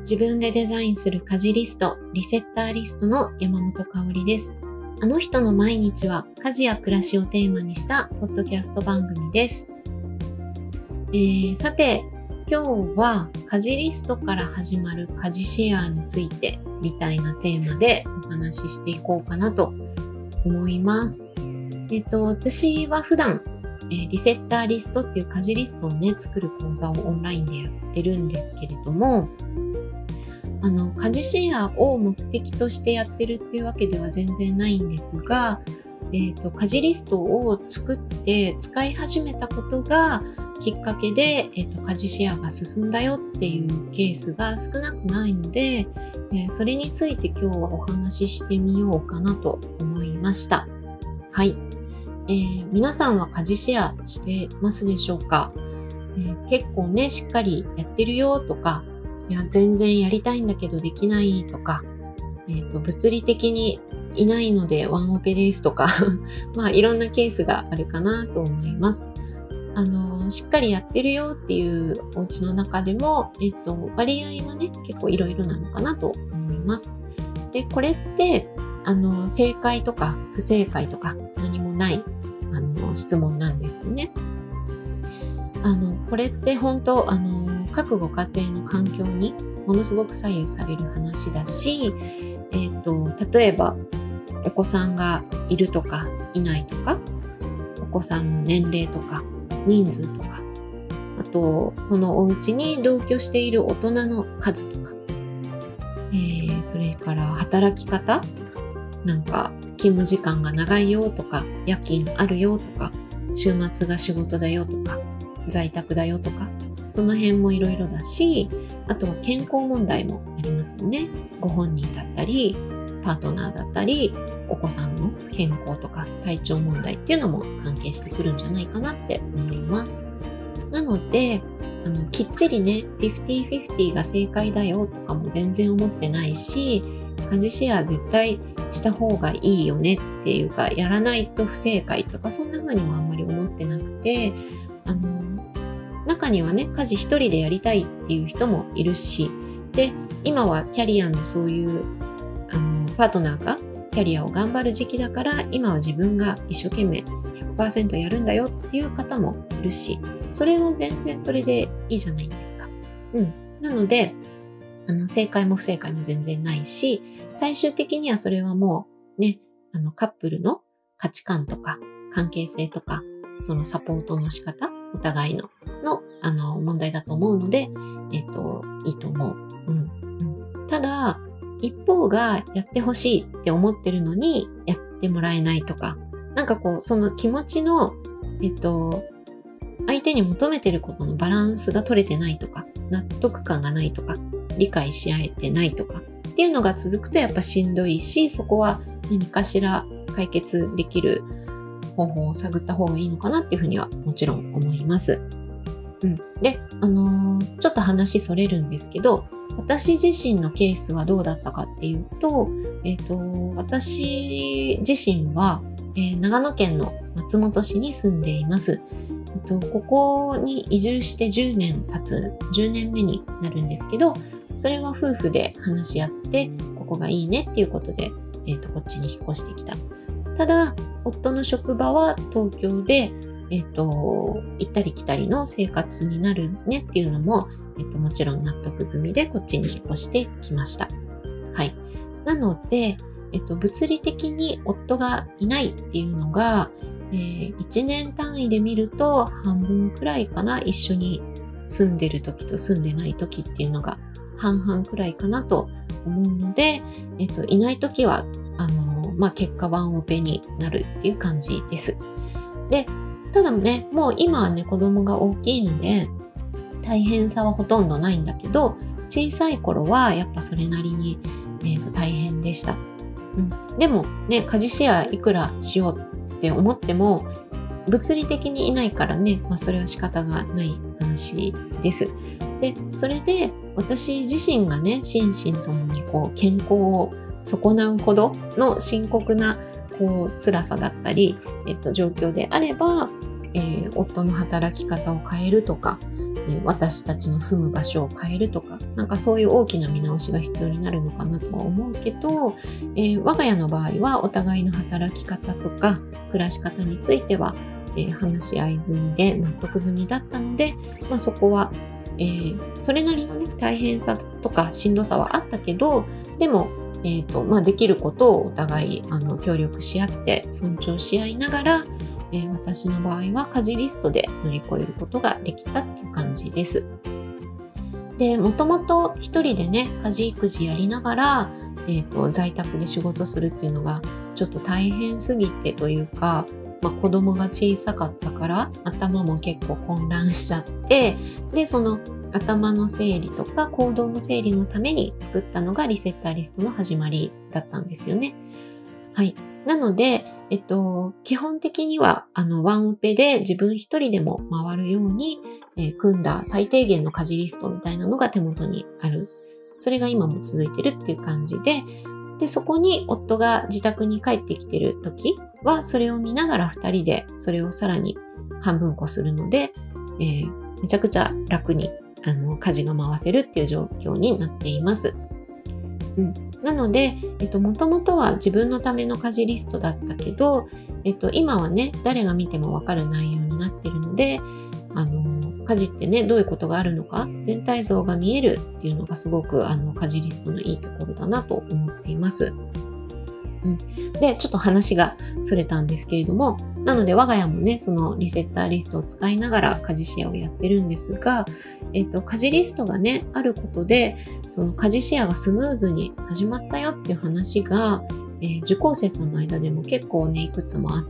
自分でデザインする家事リスト、リセッターリストの山本香織です。あの人の毎日は家事や暮らしをテーマにしたポッドキャスト番組です。さて、今日は家事リストから始まる家事シェアについてみたいなテーマでお話ししていこうかなと思います。私は普段リセッターリストっていう家事リストをね、作る講座をオンラインでやってるんですけれども、家事シェアを目的としてやってるっていうわけでは全然ないんですが、家事リストを作って使い始めたことがきっかけで、家事シェアが進んだよっていうケースが少なくないので、それについて今日はお話ししてみようかなと思いました。はい。皆さんは家事シェアしてますでしょうか？結構ね、しっかりやってるよとか、いや、全然やりたいんだけどできないとか、物理的にいないのでワンオペですとか、まあいろんなケースがあるかなと思います。しっかりやってるよっていうお家の中でも、割合はね、結構いろいろなのかなと思います。で、これって、正解とか不正解とか何もない、質問なんですよね。これって本当、各ご家庭の環境にものすごく左右される話だし、例えばお子さんがいるとかいないとか、お子さんの年齢とか人数とか、あとそのお家に同居している大人の数とか、それから働き方、なんか勤務時間が長いよとか、夜勤あるよとか、週末が仕事だよとか、在宅だよとか、その辺もいろいろだし、あとは健康問題もありますよね。ご本人だったり、パートナーだったり、お子さんの健康とか体調問題っていうのも関係してくるんじゃないかなって思います。なので、きっちりね、50-50が正解だよとかも全然思ってないし、家事シェア絶対した方がいいよねっていうか、やらないと不正解とか、そんな風にもあんまり思ってなくて、中にはね、家事一人でやりたいっていう人もいるし、で、今はキャリアのそういうパートナーがキャリアを頑張る時期だから、今は自分が一生懸命 100% やるんだよっていう方もいるし、それは全然それでいいじゃないですか。なので、正解も不正解も全然ないし、最終的にはそれはもうね、カップルの価値観とか関係性とか、そのサポートの仕方、お互いの問題だと思うので、いいと思う。ただ、一方がやってほしいって思ってるのにやってもらえないとか、なんかこう、その気持ちの、相手に求めてることのバランスが取れてないとか、納得感がないとか、理解し合えてないとかっていうのが続くとやっぱしんどいし、そこは何かしら解決できる方法を探った方がいいのかなっていうふうにはもちろん思います。で、ちょっと話それるんですけど、私自身のケースはどうだったかっていうと、私自身は、長野県の松本市に住んでいます。ここに移住して10年経つ、10年目になるんですけど、それは夫婦で話し合って、ここがいいねっていうことで、こっちに引っ越してきた。ただ、夫の職場は東京で、行ったり来たりの生活になるねっていうのも、もちろん納得済みでこっちに引っ越してきました。はい。なので、物理的に夫がいないっていうのが、1年単位で見ると半分くらいかな、一緒に住んでる時と住んでない時っていうのが半々くらいかなと思うので、いない時は、結果ワンオペになるっていう感じです。で、ただね、もう今はね、子供が大きいので、大変さはほとんどないんだけど、小さい頃はやっぱそれなりに、大変でした。でもね、家事シェアいくらしようって思っても、物理的にいないからね、それは仕方がない話です。で、それで私自身がね、心身ともにこう健康を損なうほどの深刻なこう辛さだったり、状況であれば、夫の働き方を変えるとか、 私たちの住む場所を変えるとか、なんかそういう大きな見直しが必要になるのかなとは思うけど、我が家の場合はお互いの働き方とか暮らし方については、話し合い済みで納得済みだったので、そこは、それなりのね、大変さとかしんどさはあったけど、でも、できることをお互い協力し合って尊重し合いながら、私の場合は家事リストで乗り越えることができたっていう感じです。で、もともと一人でね、家事育児やりながら、在宅で仕事するっていうのがちょっと大変すぎてというか、子供が小さかったから頭も結構混乱しちゃって、で、その頭の整理とか行動の整理のために作ったのがリセッターリストの始まりだったんですよね。はい。なので、基本的には、ワンオペで自分一人でも回るように、組んだ最低限の家事リストみたいなのが手元にある。それが今も続いてるっていう感じで、そこに夫が自宅に帰ってきてる時は、それを見ながら2人でそれをさらに半分こするので、めちゃくちゃ楽に家事が回せるっていう状況になっています。なので、もともとは自分のための家事リストだったけど、今はね、誰が見てもわかる内容になってるので、家事ってね、どういうことがあるのか、全体像が見えるっていうのがすごく家事リストのいいところだなと思っています。で、ちょっと話がそれたんですけれども、なので我が家もね、そのリセッターリストを使いながら家事シェアをやってるんですが、家事リストがね、あることで、その家事シェアがスムーズに始まったよっていう話が、受講生さんの間でも結構ね、いくつもあって、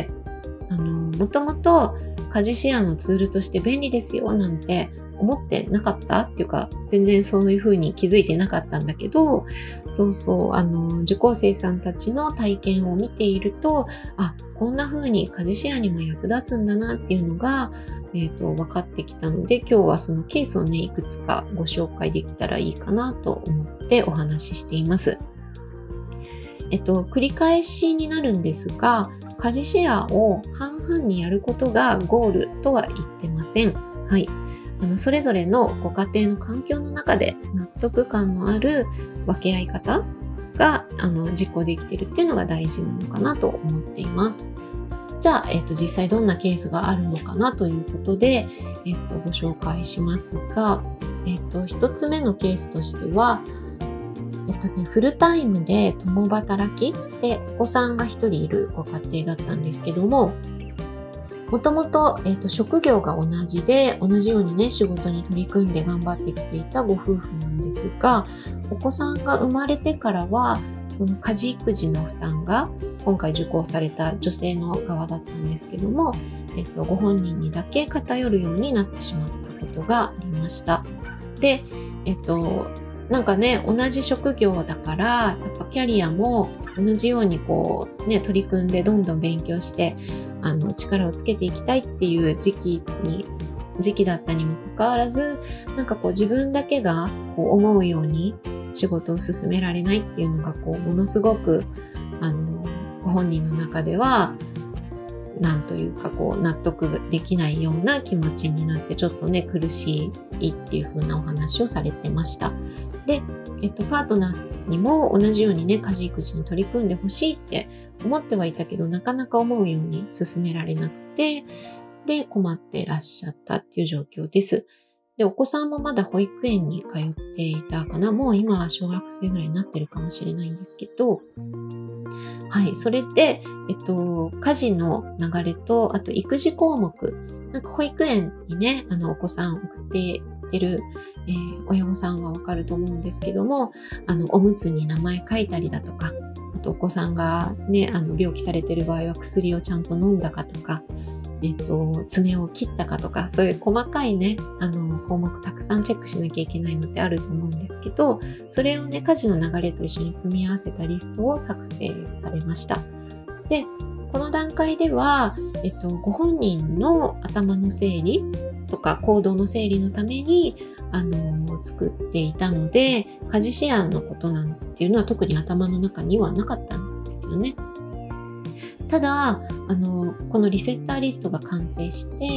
もともと家事シェアのツールとして便利ですよなんて思ってなかったっていうか、全然そういうふうに気づいてなかったんだけど、受講生さんたちの体験を見ていると、こんな風に家事シェアにも役立つんだなっていうのが、分かってきたので、今日はそのケースをね、いくつかご紹介できたらいいかなと思ってお話ししています。繰り返しになるんですが、家事シェアを半々にやることがゴールとは言ってません。はい。それぞれのご家庭の環境の中で納得感のある分け合い方が実行できているっていうのが大事なのかなと思っています。じゃあ、実際どんなケースがあるのかなということで、ご紹介しますが、一つ目のケースとしては、フルタイムで共働きでお子さんが一人いるご家庭だったんですけども、もともと職業が同じで、同じようにね、仕事に取り組んで頑張ってきていたご夫婦なんですが、お子さんが生まれてからは、その家事育児の負担が、今回受講された女性の側だったんですけども、ご本人にだけ偏るようになってしまったことがありました。で、なんかね、同じ職業だから、やっぱキャリアも同じように取り組んでどんどん勉強して、力をつけていきたいっていう時期だったにもかかわらず、なんか自分だけが思うように仕事を進められないっていうのがものすごくご本人の中ではなんというか納得できないような気持ちになってちょっとね苦しいっていう風なお話をされてました。で、パートナーにも同じようにね家事育児に取り組んでほしいって思ってはいたけどなかなか思うように進められなくて、で困ってらっしゃったっていう状況です。で、お子さんもまだ保育園に通っていたかな。もう今は小学生ぐらいになってるかもしれないんですけど、はい、それで、家事の流れと、あと育児項目、なんか保育園にね、お子さん送っている、親御さんはわかると思うんですけども、おむつに名前書いたりだとか、あとお子さんがね、病気されている場合は薬をちゃんと飲んだかとか、爪を切ったかとか、そういう細かいね、項目たくさんチェックしなきゃいけないのってあると思うんですけど、それをね、家事の流れと一緒に組み合わせたリストを作成されました。で、この段階では、ご本人の頭の整理とか行動の整理のために、作っていたので、家事シェアのことなんていうのは特に頭の中にはなかったんですよね。ただ、このリセッターリストが完成して、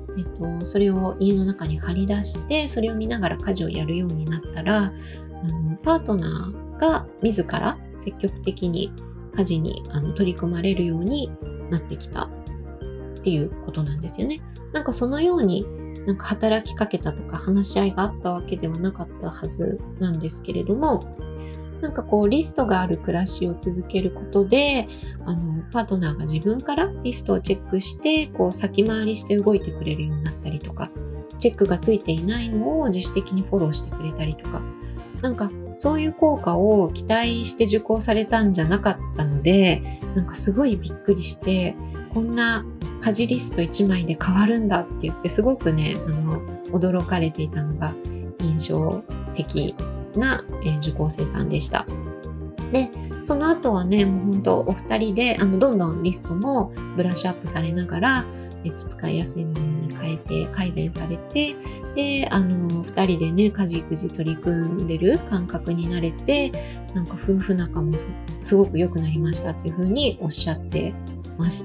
それを家の中に貼り出して、それを見ながら家事をやるようになったら、パートナーが自ら積極的に家事に取り組まれるようになってきたっていうことなんですよね。なんかそのように働きかけたとか話し合いがあったわけではなかったはずなんですけれども、リストがある暮らしを続けることで、パートナーが自分からリストをチェックして、先回りして動いてくれるようになったりとか、チェックがついていないのを自主的にフォローしてくれたりとか、そういう効果を期待して受講されたんじゃなかったので、すごいびっくりして、こんな家事リスト1枚で変わるんだって言って、すごくね、驚かれていたのが印象的な受講生さんでした。で、その後はね、もう本当お二人で、どんどんリストもブラッシュアップされながら、使いやすいものに変えて改善されて、で、二人でね、家事育児取り組んでる感覚になれて、夫婦仲もすごく良くなりましたっていうふうにおっしゃってました。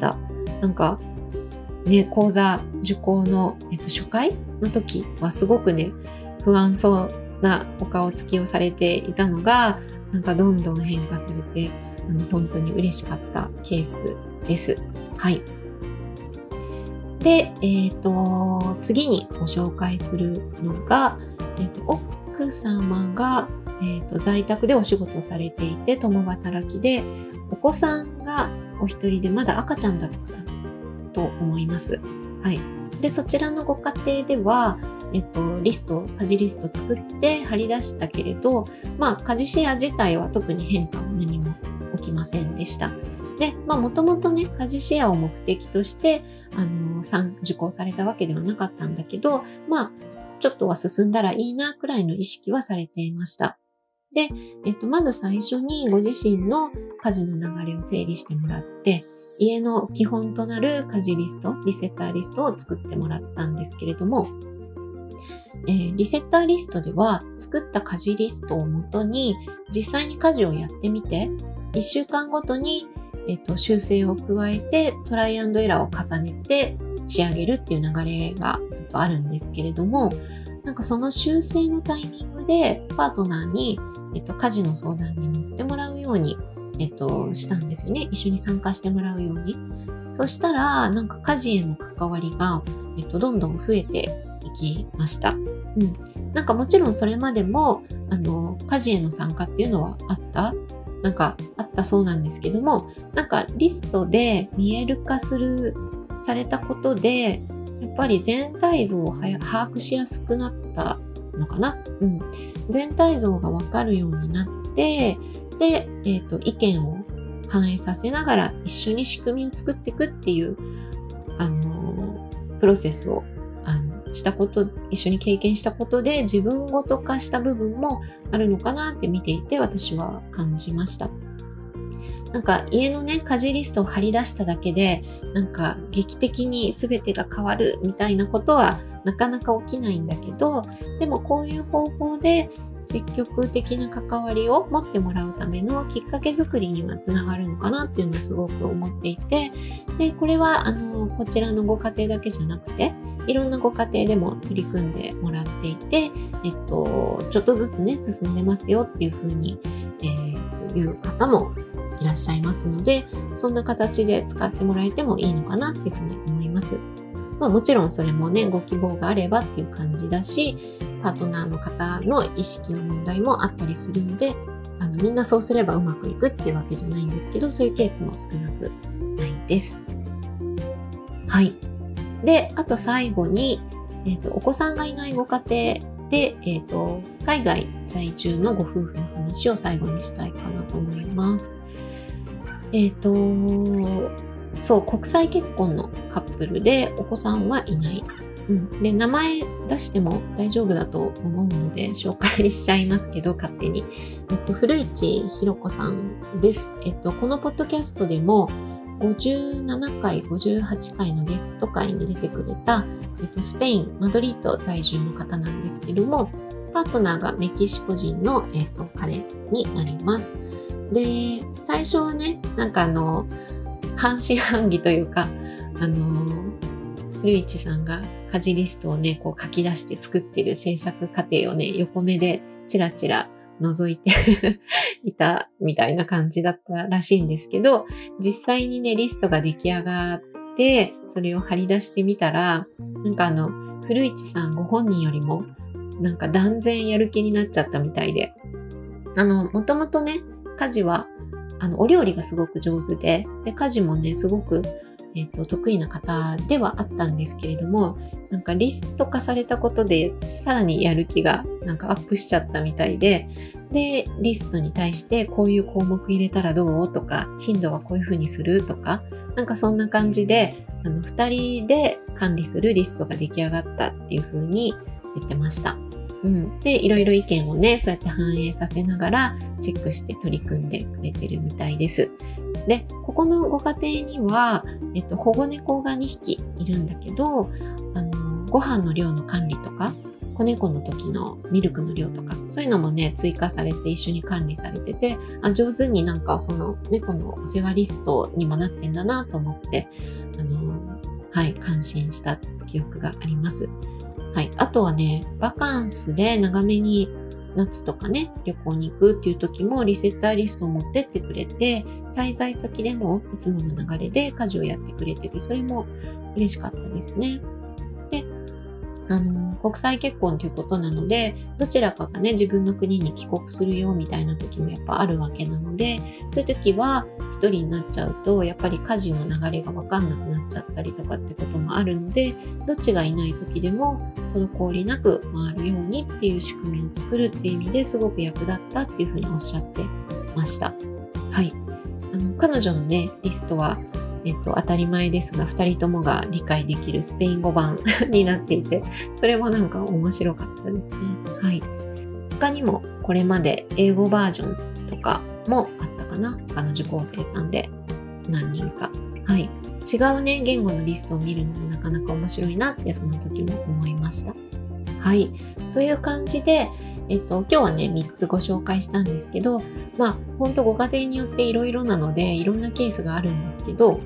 講座受講の、初回の時はすごくね、不安そうなお顔つきをされていたのが、どんどん変化されて、本当に嬉しかったケースです。はい。で、次にご紹介するのが、奥様が、在宅でお仕事をされていて、共働きで、お子さんがお一人でまだ赤ちゃんだったと思います。はい。で、そちらのご家庭では、家事リスト作って貼り出したけれど、家事シェア自体は特に変化は何も起きませんでした。で、もともとね、家事シェアを目的として、受講されたわけではなかったんだけど、ちょっとは進んだらいいなくらいの意識はされていました。で、まず最初にご自身の家事の流れを整理してもらって、家の基本となる家事リスト、リセッターリストを作ってもらったんですけれども、リセッターリストでは作った家事リストをもとに実際に家事をやってみて、1週間ごとに、修正を加えてトライアンドエラーを重ねて仕上げるっていう流れがずっとあるんですけれども、その修正のタイミングでパートナーに、家事の相談に乗ってもらうように、したんですよね。一緒に参加してもらうように。そしたら、家事への関わりが、どんどん増えていきました。もちろんそれまでも、家事への参加っていうのはあったそうなんですけども、リストで見える化されたことで、やっぱり全体像を把握しやすくなったのかな。全体像がわかるようになって、で、意見を反映させながら一緒に仕組みを作っていくっていう、プロセスを一緒に経験したことで自分ごと化した部分もあるのかなって見ていて私は感じました。家のね、家事リストを貼り出しただけで、劇的に全てが変わるみたいなことはなかなか起きないんだけど、でもこういう方法で積極的な関わりを持ってもらうためのきっかけ作りにはつながるのかなっていうのをすごく思っていて、で、これはこちらのご家庭だけじゃなくて、いろんなご家庭でも取り組んでもらっていて、ちょっとずつね、進んでますよっていうふうに、いう方もいらっしゃいますので、そんな形で使ってもらえてもいいのかなっていうふうに思います。もちろんそれもね、ご希望があればっていう感じだし、パートナーの方の意識の問題もあったりするので、みんなそうすればうまくいくっていうわけじゃないんですけど、そういうケースも少なくないです。はい。で、あと最後に、お子さんがいないご家庭で、海外在住のご夫婦の話を最後にしたいかなと思います。そう、国際結婚のカップルでお子さんはいない。で、名前出しても大丈夫だと思うので紹介しちゃいますけど、勝手に。古市ひろ子さんです。このポッドキャストでも57回、58回のゲスト会に出てくれた、スペイン、マドリード在住の方なんですけども、パートナーがメキシコ人の、彼になります。で、最初はね、半信半疑というか、古市さんが家事リストをね、こう書き出して作ってる制作過程をね、横目でチラチラ覗いていたみたいな感じだったらしいんですけど、実際にね、リストが出来上がって、それを貼り出してみたら、古市さんご本人よりも、断然やる気になっちゃったみたいで、もともとね、家事は、お料理がすごく上手で、家事もね、すごく、得意な方ではあったんですけれども、リスト化されたことで、さらにやる気がアップしちゃったみたいで、リストに対してこういう項目入れたらどうとか、頻度はこういう風にするとか、そんな感じで、2人で管理するリストが出来上がったっていう風に言ってました。で、いろいろ意見をね、そうやって反映させながらチェックして取り組んでくれてるみたいです。で、ここのご家庭には、保護猫が2匹いるんだけど、ご飯の量の管理とか、子猫の時のミルクの量とか、そういうのもね、追加されて一緒に管理されてて、上手にその猫のお世話リストにもなってんだなと思って、感心した記憶があります。はい。あとはね、バカンスで長めに夏とかね、旅行に行くっていう時もリセッターリストを持ってってくれて、滞在先でもいつもの流れで家事をやってくれてて、それも嬉しかったですね。で、国際結婚ということなので、どちらかがね、自分の国に帰国するよみたいな時もやっぱあるわけなので、そういう時は一人になっちゃうと、やっぱり家事の流れがわかんなくなっちゃったりとかってこともあるので、どっちがいない時でも滞りなく回るようにっていう仕組みを作るっていう意味ですごく役立ったっていうふうにおっしゃってました。はい。彼女のね、リストは当たり前ですが、2人ともが理解できるスペイン語版になっていて、それも面白かったですね。はい。他にもこれまで英語バージョンとかもあったかな。他の受講生さんで何人か。はい。違うね、言語のリストを見るのもなかなか面白いなってその時も思いました。はい。という感じで、今日はね、3つご紹介したんですけど、ほんとご家庭によっていろいろなので、いろんなケースがあるんですけど、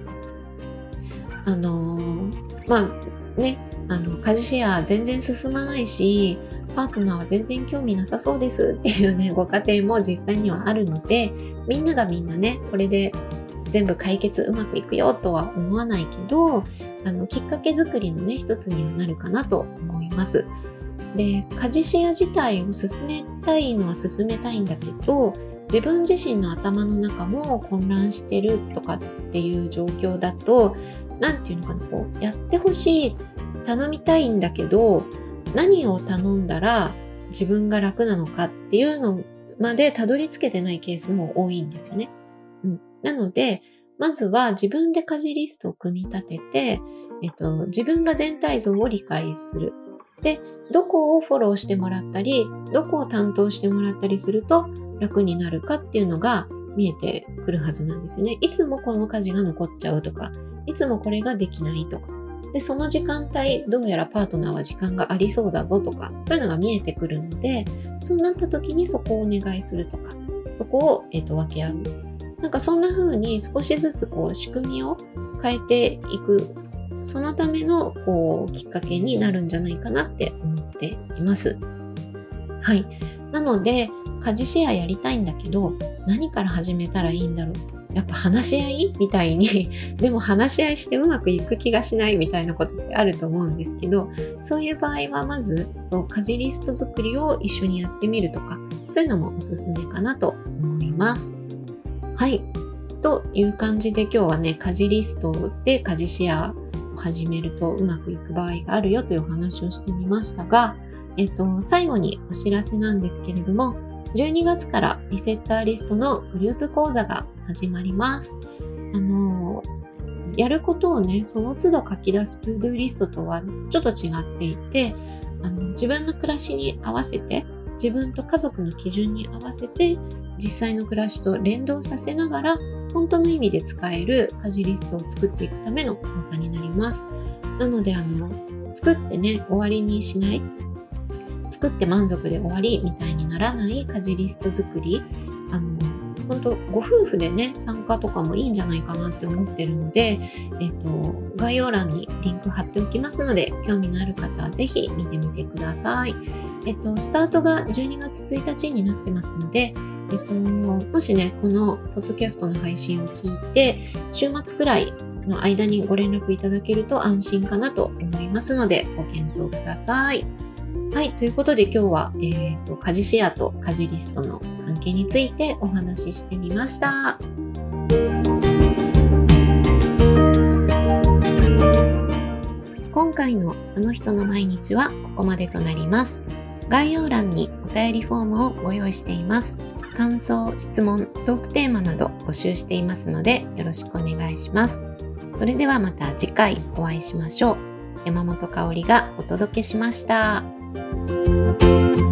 家事シェア全然進まないし、パートナーは全然興味なさそうですっていうね、ご家庭も実際にはあるので、みんながみんなね、これで全部解決うまくいくよとは思わないけど、きっかけ作りのね、一つにはなるかなと思います。で、家事シェア自体を進めたいのは進めたいんだけど、自分自身の頭の中も混乱してるとかっていう状況だと、やってほしい、頼みたいんだけど、何を頼んだら自分が楽なのかっていうのまでたどり着けてないケースも多いんですよね。なので、まずは自分で家事リストを組み立てて、自分が全体像を理解する。で、どこをフォローしてもらったり、どこを担当してもらったりすると楽になるかっていうのが見えてくるはずなんですよね。いつもこの家事が残っちゃうとか、いつもこれができないとか。で、その時間帯、どうやらパートナーは時間がありそうだぞとか、そういうのが見えてくるので、そうなった時にそこをお願いするとか、そこを、分け合う。そんな風に少しずつ仕組みを変えていく、そのためのきっかけになるんじゃないかなって思っています。はい。なので、家事シェアやりたいんだけど、何から始めたらいいんだろう。やっぱ話し合いみたいにでも話し合いしてうまくいく気がしないみたいなことってあると思うんですけど、そういう場合はまず家事リスト作りを一緒にやってみるとか、そういうのもおすすめかなと思います。はい。という感じで今日はね、家事リストで家事シェアを始めるとうまくいく場合があるよというお話をしてみましたが、最後にお知らせなんですけれども、12月からリセッターリストのグループ講座が始まります。やることをね、その都度書き出すトゥードゥーリストとはちょっと違っていて、自分の暮らしに合わせて、自分と家族の基準に合わせて、実際の暮らしと連動させながら、本当の意味で使える家事リストを作っていくための講座になります。なので、作ってね、終わりにしない、作って満足で終わりみたいにならない家事リスト作り、 本当ご夫婦でね、参加とかもいいんじゃないかなって思ってるので、概要欄にリンク貼っておきますので、興味のある方はぜひ見てみてください。スタートが12月1日になってますので、もしね、このポッドキャストの配信を聞いて、週末くらいの間にご連絡いただけると安心かなと思いますので、ご検討ください。はい、ということで今日は、家事シェアと家事リストの関係についてお話ししてみました。今回のあの人の毎日はここまでとなります。概要欄にお便りフォームをご用意しています。感想、質問、トークテーマなど募集していますのでよろしくお願いします。それではまた次回お会いしましょう。山本香織がお届けしました。